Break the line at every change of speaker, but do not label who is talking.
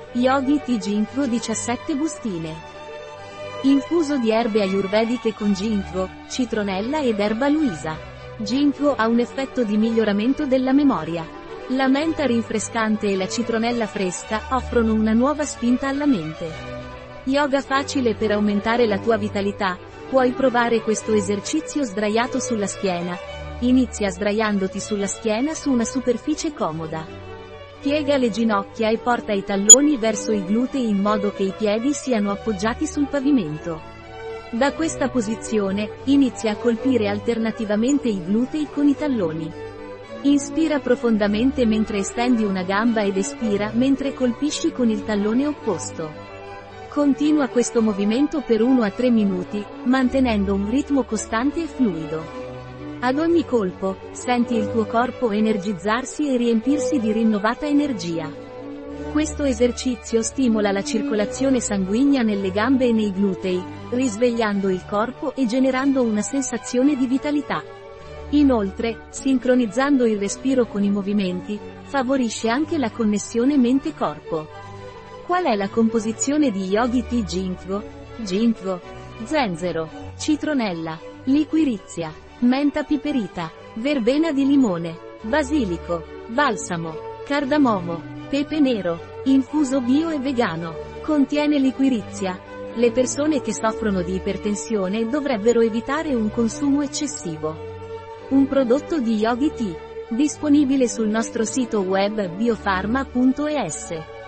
Yogi Tea Ginkgo 17 bustine. Infuso di erbe ayurvediche con ginkgo, citronella ed erba luisa. Ginkgo ha un effetto di miglioramento della memoria. La menta rinfrescante e la citronella fresca offrono una nuova spinta alla mente. Yoga facile per aumentare la tua vitalità. Puoi provare questo esercizio sdraiato sulla schiena. Inizia sdraiandoti sulla schiena su una superficie comoda. Piega le ginocchia e porta i talloni verso i glutei in modo che i piedi siano appoggiati sul pavimento. Da questa posizione, inizia a colpire alternativamente i glutei con i talloni. Inspira profondamente mentre estendi una gamba ed espira mentre colpisci con il tallone opposto. Continua questo movimento per 1 a 3 minuti, mantenendo un ritmo costante e fluido. Ad ogni colpo, senti il tuo corpo energizzarsi e riempirsi di rinnovata energia. Questo esercizio stimola la circolazione sanguigna nelle gambe e nei glutei, risvegliando il corpo e generando una sensazione di vitalità. Inoltre, sincronizzando il respiro con i movimenti, favorisce anche la connessione mente-corpo. Qual è la composizione di Yogi Tea Ginkgo? Ginkgo, zenzero, citronella, liquirizia, menta piperita, verbena di limone, basilico, balsamo, cardamomo, pepe nero, infuso bio e vegano. Contiene liquirizia. Le persone che soffrono di ipertensione dovrebbero evitare un consumo eccessivo. Un prodotto di Yogi Tea, disponibile sul nostro sito web biofarma.es.